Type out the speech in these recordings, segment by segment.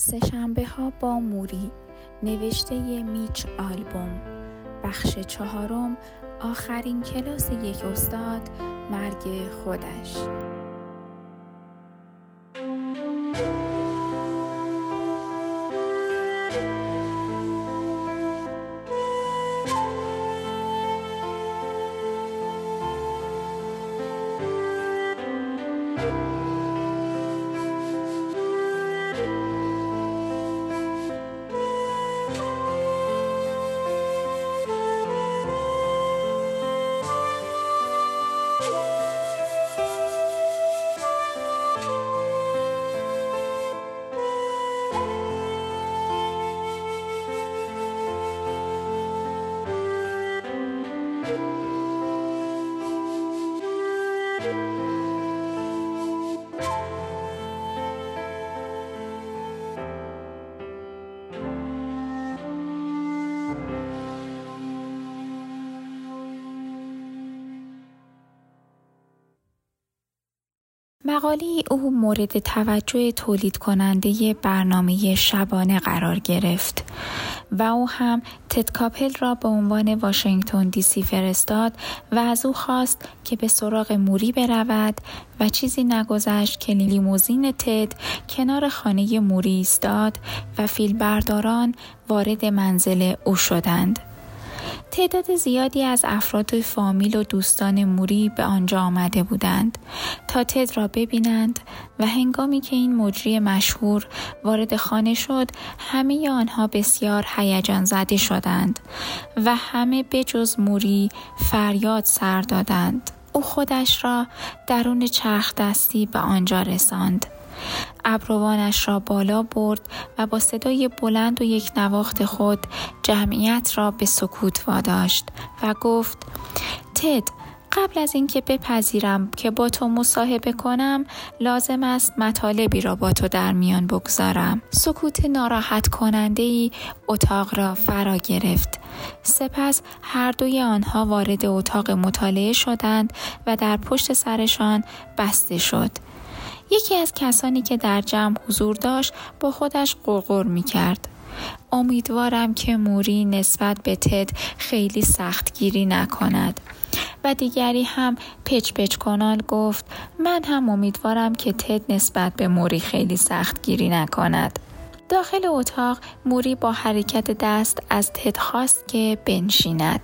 سه‌شنبه ها با موری، نوشته میچ آلبوم، بخش 4، آخرین کلاس یک استاد، مرگ خودش. مقاله او مورد توجه تولید کننده برنامه شبانه قرار گرفت و او هم تد کاپل را به عنوان واشنگتن دی سی فرستاد و از او خواست که به سراغ موری برود و چیزی نگذشت که لیموزین تد کنار خانه موری ایستاد و فیلمبرداران وارد منزل او شدند. تعداد زیادی از افراد فامیل و دوستان موری به آنجا آمده بودند تا تد را ببینند و هنگامی که این مجری مشهور وارد خانه شد، همه آنها بسیار هیجان زده شدند و همه بجز موری فریاد سر دادند. او خودش را درون چرخ دستی به آنجا رساند. ابروانش را بالا برد و با صدای بلند و یک نواخت خود جمعیت را به سکوت واداشت و گفت: تد، قبل از اینکه بپذیرم که با تو مصاحبه کنم، لازم است مطالبی را با تو در میان بگذارم. سکوت ناراحت کننده‌ای اتاق را فرا گرفت. سپس هر دوی آنها وارد اتاق مطالعه شدند و در پشت سرشان بسته شد. یکی از کسانی که در جمع حضور داشت با خودش غرغر می کرد: امیدوارم که موری نسبت به تد خیلی سختگیری نکند. و دیگری هم پچ پچ کنان گفت: من هم امیدوارم که تد نسبت به موری خیلی سختگیری نکند. داخل اتاق موری با حرکت دست از تد خواست که بنشیند.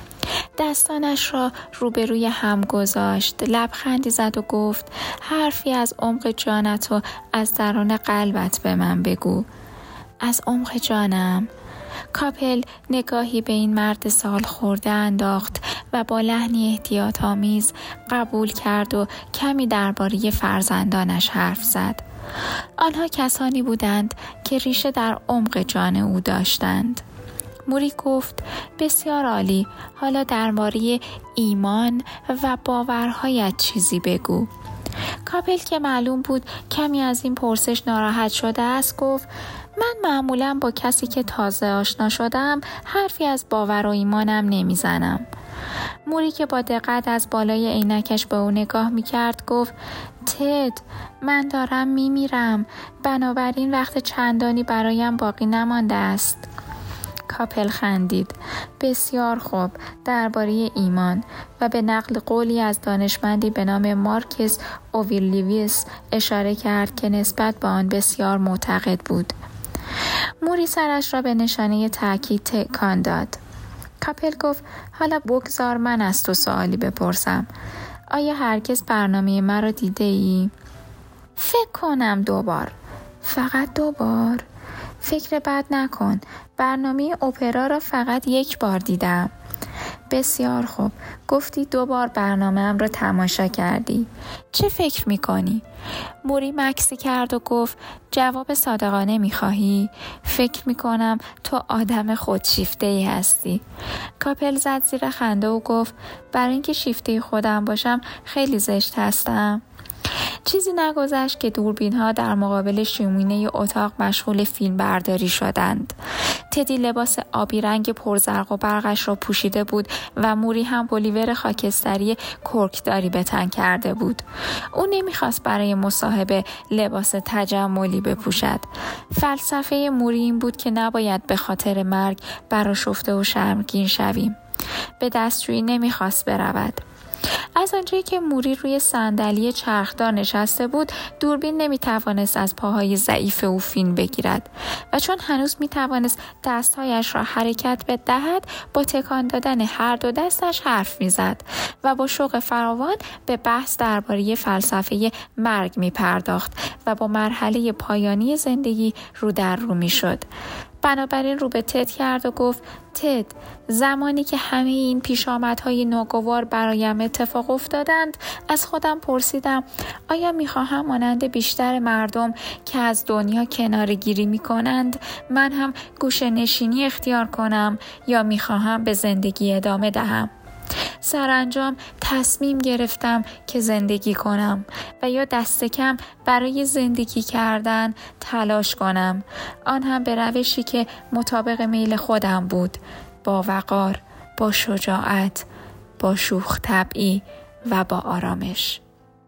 دستانش را روبروی هم گذاشت، لبخندی زد و گفت: حرفی از عمق جانت و از درون قلبت به من بگو. از عمق جانم. کاپل نگاهی به این مرد سال خورده انداخت و با لحنی احتیاط آمیز قبول کرد و کمی درباره فرزندانش حرف زد. آنها کسانی بودند که ریشه در عمق جان او داشتند. موری گفت: بسیار عالی، حالا درباره ایمان و باورهایت چیزی بگو. کاپل که معلوم بود کمی از این پرسش ناراحت شده است گفت: من معمولاً با کسی که تازه آشنا شدم حرفی از باور و ایمانم نمیزنم. موری که با دقت از بالای عینکش به او نگاه میکرد گفت: تد، من دارم میمیرم، بنابراین وقت چندانی برایم باقی نمانده است. کاپل خندید. بسیار خوب، درباره ایمان، و به نقل قولی از دانشمندی به نام مارکس اویرلیویس اشاره کرد که نسبت به آن بسیار معتقد بود. موری سرش را به نشانه تأکید تکان داد. کاپل گفت: حالا بگذار من از تو سوالی بپرسم. آیا هرگز برنامه مرا دیده ای؟ فکر کنم 2 بار. فقط 2 بار؟ فکر بد نکن. برنامه اپرا را فقط 1 بار دیدم. بسیار خوب. گفتی 2 بار برنامه‌ام را تماشا کردی. چه فکر می‌کنی؟ موری مکسی کرد و گفت: جواب صادقانه می‌خواهی؟ فکر می‌کنم تو آدم خودشیفته‌ای هستی. کاپل زد زیر خنده و گفت: برای اینکه شیفته خودم باشم خیلی زشت هستم. چیزی نگذشت که دوربین‌ها در مقابل شومینه اتاق مشغول فیلم برداری شدند. تدی لباس آبی رنگ پرزرق و برقش را پوشیده بود و موری هم پلیور خاکستری کرکداری به تن کرده بود. او نمیخواست برای مصاحبه لباس تجملی بپوشد. فلسفه موری این بود که نباید به خاطر مرگ برآشفته و شرمگین شویم. به دستشویی نمیخواست برود. از آنجایی که موری روی صندلی چرخدار نشسته بود، دوربین نمیتوانست از پاهای ضعیف او فیلم بگیرد و چون هنوز میتوانست دستهایش را حرکت بدهد، با تکان دادن هر دو دستش حرف میزد و با شوق فراوان به بحث درباره فلسفه مرگ میپرداخت و با مرحله پایانی زندگی رو در رو میشد. بنابراین رو به تد کرد و گفت: تد، زمانی که همه این پیشامدهای ناگوار برایم اتفاق افتادند، از خودم پرسیدم آیا میخواهم مانند بیشتر مردم که از دنیا کناره‌گیری میکنند من هم گوشه نشینی اختیار کنم یا میخواهم به زندگی ادامه دهم؟ سرانجام تصمیم گرفتم که زندگی کنم و یا دست کم برای زندگی کردن تلاش کنم، آن هم به روشی که مطابق میل خودم بود، با وقار، با شجاعت، با شوخ طبعی و با آرامش.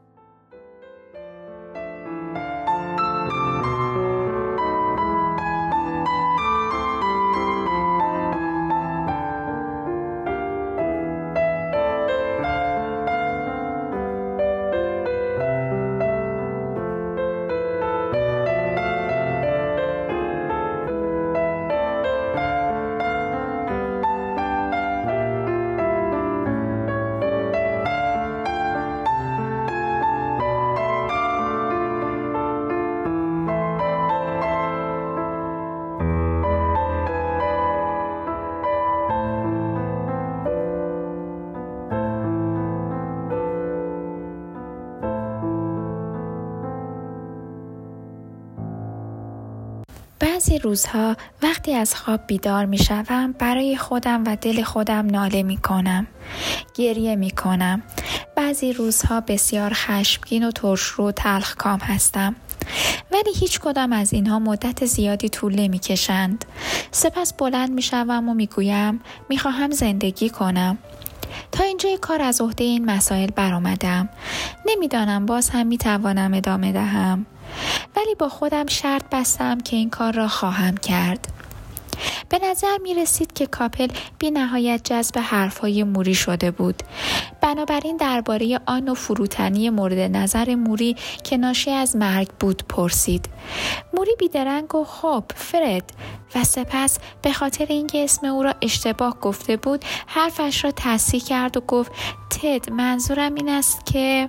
بعضی روزها وقتی از خواب بیدار می شوم برای خودم و دل خودم ناله می کنم. گریه می کنم. بعضی روزها بسیار خشمگین و ترشرو و تلخکام هستم. ولی هیچ کدام از اینها مدت زیادی طول نمی کشند. سپس بلند می شوم و می گویم می خواهم زندگی کنم. تا اینجای کار از عهده این مسائل برآمدم. نمیدانم باز هم می توانم ادامه دهم. ولی با خودم شرط بستم که این کار را خواهم کرد. به نظر می رسید که کاپل بی نهایت جذب حرفهای موری شده بود. بنابراین درباره آن و فروتنی مورد نظر موری که ناشی از مرگ بود پرسید. موری بیدرنگ گفت خب فرد، و سپس به خاطر اینکه اسم او را اشتباه گفته بود حرفش را تصحیح کرد و گفت تد، منظورم این است که...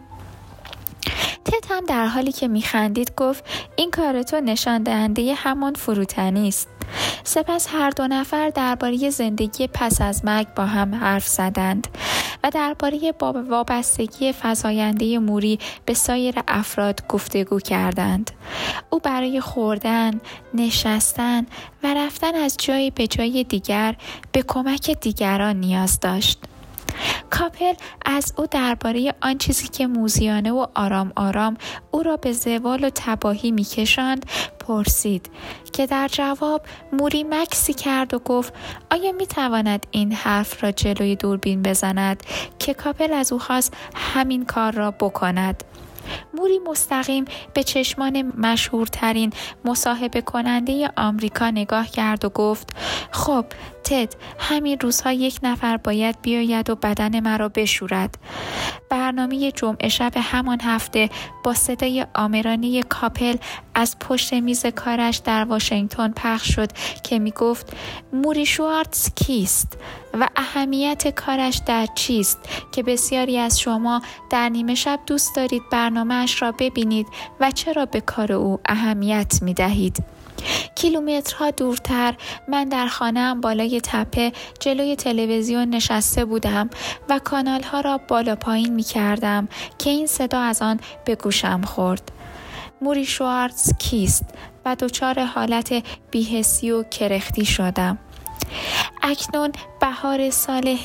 تد هم در حالی که میخندید گفت این کار تو نشان دهنده همان فروتنی است. سپس هر دو نفر درباره زندگی پس از مرگ با هم حرف زدند و درباره وابستگی فزاینده موری به سایر افراد گفتگو کردند. او برای خوردن، نشستن و رفتن از جایی به جای دیگر به کمک دیگران نیاز داشت. کاپل از او درباره آن چیزی که موذیانه و آرام آرام او را به زوال و تباهی می‌کشاند پرسید که در جواب موری مکسی کرد و گفت آیا می‌تواند این حرف را جلوی دوربین بزند که کاپل از او خواست همین کار را بکند. موری مستقیم به چشمان مشهورترین مصاحبه کننده آمریکا نگاه کرد و گفت خب تد، همین روزها یک نفر باید بیاید و بدن مرا بشورد. برنامه جمعه شب همان هفته با صدای آمرانه کاپل از پشت میز کارش در واشنگتن پخش شد که می گفت موری شوارتز کیست و اهمیت کارش در چیست که بسیاری از شما در نیمه شب دوست دارید برنامه‌اش را ببینید و چرا به کار او اهمیت می دهید. کیلومترها دورتر من در خانه‌ام بالای تپه جلوی تلویزیون نشسته بودم و کانال‌ها را بالا پایین می‌کردم که این صدا از آن به گوشم خورد. موری شوارتز کیست؟ و دچار حالت بی‌حسی و کرختی شدم. اکنون بهار سال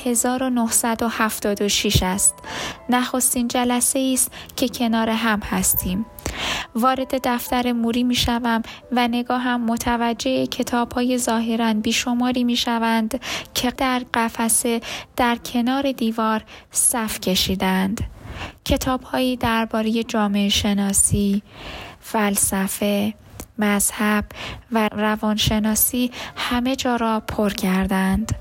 1976 است. نخستین جلسه است که کنار هم هستیم. وارد دفتر موری می شوم و نگاهم متوجه کتاب‌های ظاهراً بیشماری می شوند که در قفسه در کنار دیوار صف کشیدند. کتاب‌هایی درباره جامعه شناسی، فلسفه، مذهب و روانشناسی همه جا را پر کردند.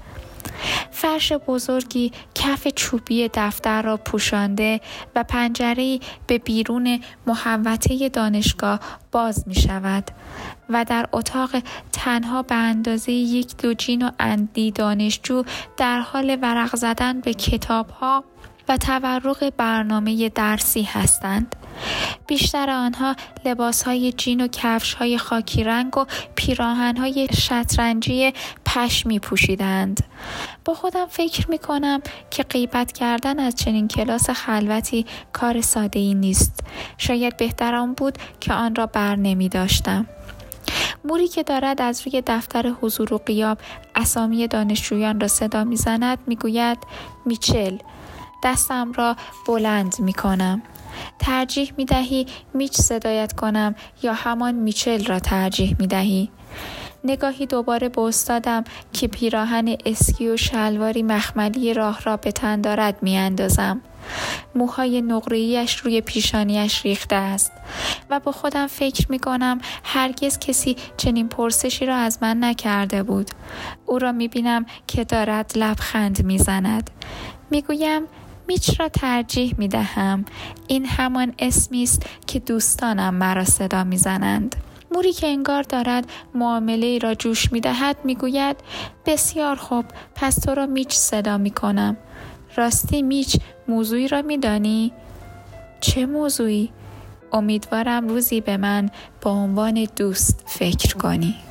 فرش بزرگی کف چوبی دفتر را پوشانده و پنجره‌ای به بیرون محوطه دانشگاه باز می شود و در اتاق تنها به اندازه یک دوجین و اندی دانشجو در حال ورق زدن به کتاب‌ها و تورق برنامه درسی هستند. بیشتر آنها لباسهای جین و کفشهای خاکی رنگ و پیراهنهای شطرنجی پشمی پوشیدند. با خودم فکر میکنم که غیبت کردن از چنین کلاس خلوتی کار ساده‌ای نیست. شاید بهتر آن بود که آن را بر نمی داشتم. موری که دارد از روی دفتر حضور و غیاب اسامی دانشجویان را صدا میزند میگوید میچل. دستم را بلند می کنم. ترجیح می دهی میچ صدایت کنم یا همان میچل را ترجیح می دهی؟ نگاهی دوباره به استادم که پیراهن اسکی و شلواری مخملی راه را به تن دارد می اندازم. موهای نقره‌ای‌اش روی پیشانیش ریخته است و با خودم فکر می کنم هرگز کسی چنین پرسشی را از من نکرده بود. او را می بینم که دارد لبخند می زند. می گویم میچ را ترجیح می دهم. این همان اسمی است که دوستانم مرا صدا می زنند. موری که انگار دارد معامله را جوش می دهد می گوید بسیار خوب، پس تو را میچ صدا می کنم. راستی میچ موضوعی را می دانی؟ چه موضوعی؟ امیدوارم روزی به من به عنوان دوست فکر کنی.